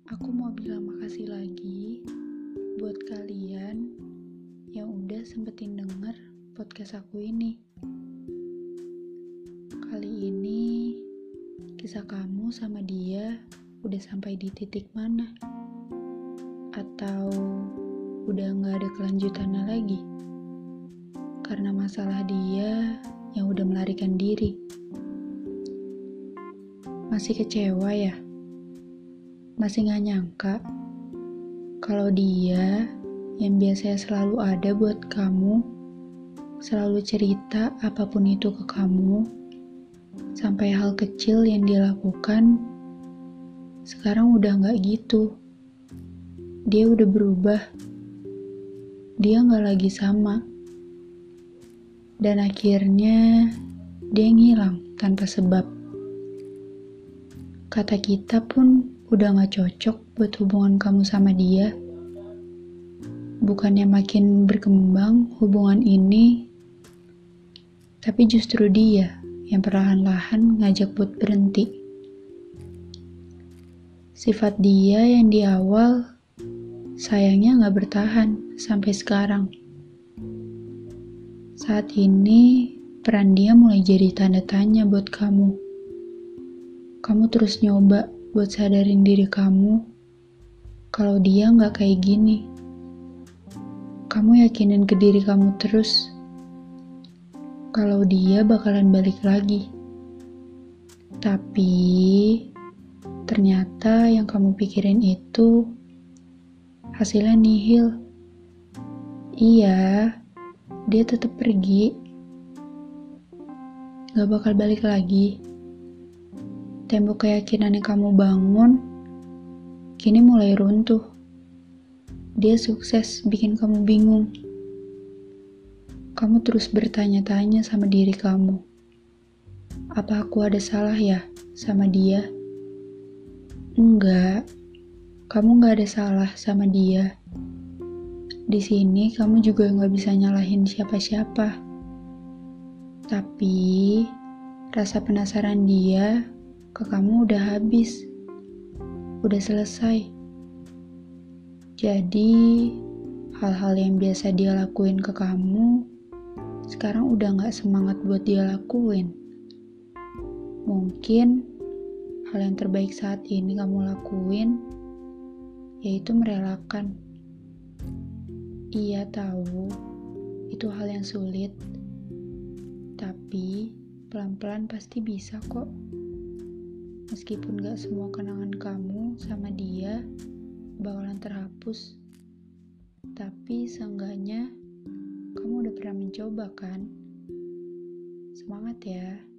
Aku mau bilang makasih lagi buat kalian yang udah sempetin denger podcast aku ini. Kali ini kisah kamu sama dia udah sampai di titik mana? Atau udah gak ada kelanjutannya lagi? Karena masalah dia yang udah melarikan diri. Masih kecewa ya? Masih gak nyangka kalau dia yang biasanya selalu ada buat kamu, selalu cerita apapun itu ke kamu, sampai hal kecil yang dia lakukan, sekarang udah gak gitu. Dia udah berubah. Dia gak lagi sama. Dan akhirnya dia ngilang tanpa sebab. Kata kita pun udah gak cocok buat hubungan kamu sama dia. Bukannya makin berkembang hubungan ini, tapi justru dia yang perlahan-lahan ngajak buat berhenti. Sifat dia yang di awal sayangnya gak bertahan sampai sekarang. Saat ini peran dia mulai jadi tanda tanya buat kamu. Kamu terus nyoba buat sadarin diri kamu kalau dia gak kayak gini. Kamu yakinin ke diri kamu terus kalau dia bakalan balik lagi. Tapi ternyata yang kamu pikirin itu hasilnya nihil. Iya, dia tetap pergi. Gak bakal balik lagi. Tembok keyakinan yang kamu bangun kini mulai runtuh. Dia sukses bikin kamu bingung. Kamu terus bertanya-tanya sama diri kamu. Apa aku ada salah ya sama dia? Enggak. Kamu gak ada salah sama dia. Di sini kamu juga gak bisa nyalahin siapa-siapa. Tapi rasa penasaran dia ke kamu udah habis. Udah selesai. Jadi hal-hal yang biasa dia lakuin ke kamu sekarang udah gak semangat buat dia lakuin. Mungkin hal yang terbaik saat ini kamu lakuin yaitu merelakan. Iya tahu, itu hal yang sulit. Tapi pelan-pelan pasti bisa kok. Meskipun gak semua kenangan kamu sama dia bakalan terhapus, tapi seenggaknya kamu udah pernah mencoba kan? Semangat ya.